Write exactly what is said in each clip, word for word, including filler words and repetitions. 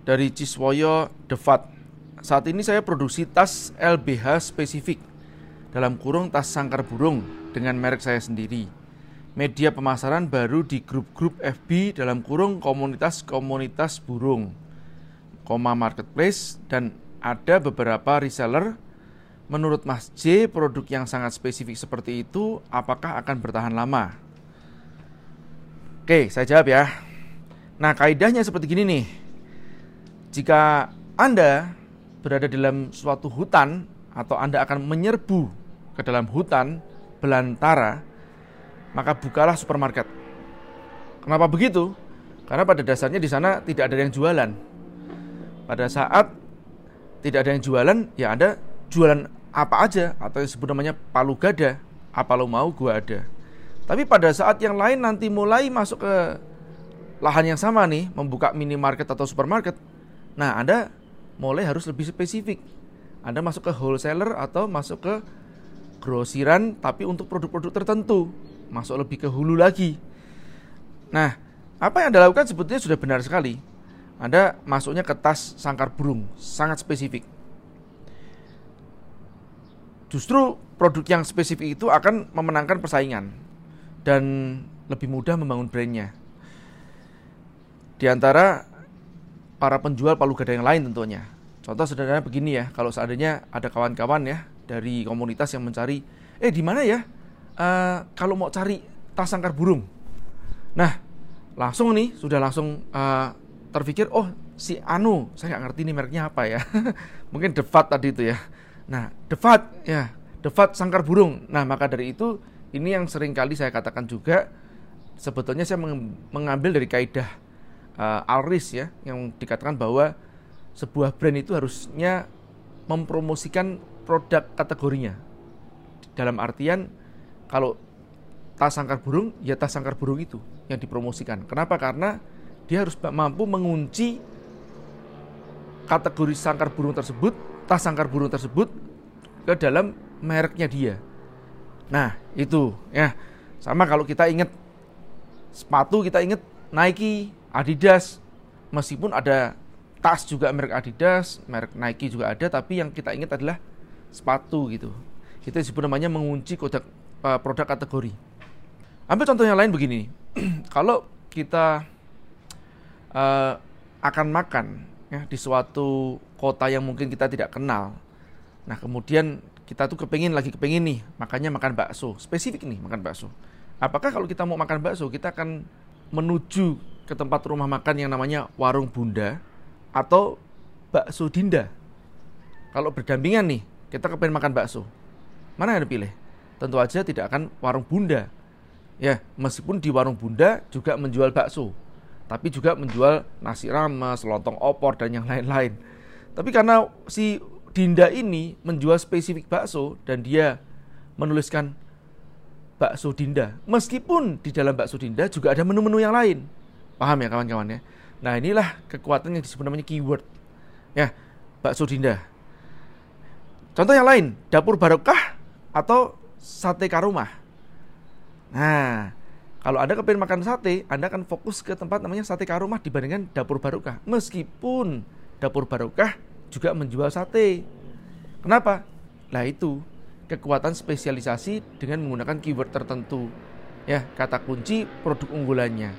dari Ciswoyo Devat. Saat ini saya produksi tas L B H spesifik, dalam kurung tas sangkar burung, dengan merek saya sendiri. Media pemasaran baru di grup-grup F B dalam kurung komunitas-komunitas burung, koma marketplace, dan ada beberapa reseller. Menurut Mas J, produk yang sangat spesifik seperti itu apakah akan bertahan lama? Oke, saya jawab ya. Nah, kaidahnya seperti gini nih. Jika Anda berada dalam suatu hutan atau Anda akan menyerbu ke dalam hutan belantara, maka bukalah supermarket. Kenapa begitu? Karena pada dasarnya di sana tidak ada yang jualan. Pada saat tidak ada yang jualan, ya Anda jualan apa aja, atau yang disebut namanya palu gada. Apa lo mau, gua ada. Tapi pada saat yang lain nanti mulai masuk ke lahan yang sama nih, membuka minimarket atau supermarket, nah Anda mulai harus lebih spesifik. Anda masuk ke wholesaler atau masuk ke grosiran, tapi untuk produk-produk tertentu, masuk lebih ke hulu lagi. Nah, apa yang Anda lakukan sebetulnya sudah benar sekali. Anda masuknya ke tas sangkar burung, sangat spesifik. Justru produk yang spesifik itu akan memenangkan persaingan dan lebih mudah membangun brandnya di antara para penjual palu gada yang lain tentunya. Contoh sederhana begini ya, kalau seandainya ada kawan-kawan ya dari komunitas yang mencari, eh di mana ya uh, kalau mau cari tas sangkar burung. Nah, langsung nih sudah langsung uh, terpikir, oh si Anu, saya nggak ngerti nih mereknya apa ya. Mungkin Devat tadi itu ya. Nah, Devat ya, Devat sangkar burung. Nah, maka dari itu ini yang sering kali saya katakan juga, sebetulnya saya mengambil dari kaidah uh, Al-Riz ya, yang dikatakan bahwa sebuah brand itu harusnya mempromosikan produk kategorinya. Dalam artian, kalau tas sangkar burung, ya tas sangkar burung itu yang dipromosikan. Kenapa? Karena dia harus mampu mengunci kategori sangkar burung tersebut, tas sangkar burung tersebut ke dalam mereknya dia. Nah, itu ya. Sama kalau kita ingat sepatu, kita ingat Nike, Adidas. Meskipun ada tas juga merek Adidas, merek Nike juga ada, tapi yang kita ingat adalah sepatu gitu. Itu disebut namanya mengunci produk, produk kategori. Ambil contoh yang lain begini. Kalau kita uh, akan makan ya, di suatu kota yang mungkin kita tidak kenal. Nah, kemudian kita tuh kepengin, lagi kepengin nih, makanya makan bakso. Spesifik nih, makan bakso. Apakah kalau kita mau makan bakso, kita akan menuju ke tempat rumah makan yang namanya Warung Bunda atau Bakso Dinda? Kalau berdampingan nih, kita kepengin makan bakso, mana yang dipilih? Tentu aja tidak akan Warung Bunda. Ya, meskipun di Warung Bunda juga menjual bakso, tapi juga menjual nasi rames, lontong opor, dan yang lain-lain. Tapi karena si Dinda ini menjual spesifik bakso dan dia menuliskan Bakso Dinda, meskipun di dalam Bakso Dinda juga ada menu-menu yang lain. Paham ya kawan-kawan ya? Nah, inilah kekuatan yang disebut namanya keyword. Ya, Bakso Dinda. Contoh yang lain, Dapur Barokah atau Sate Karumah. Nah, kalau Anda kepingin makan sate, Anda akan fokus ke tempat namanya Sate Karumah dibandingkan Dapur Barokah. Meskipun Dapur Barokah juga menjual sate. Kenapa? Nah, itu kekuatan spesialisasi dengan menggunakan keyword tertentu. Ya, kata kunci produk unggulannya.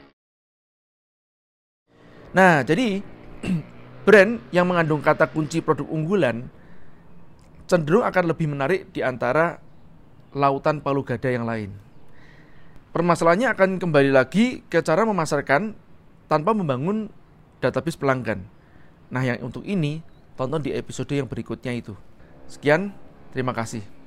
Nah, jadi brand yang mengandung kata kunci produk unggulan cenderung akan lebih menarik di antara lautan palu gada yang lain. Permasalahannya akan kembali lagi ke cara memasarkan tanpa membangun database pelanggan. Nah, yang untuk ini tonton di episode yang berikutnya itu. Sekian, terima kasih.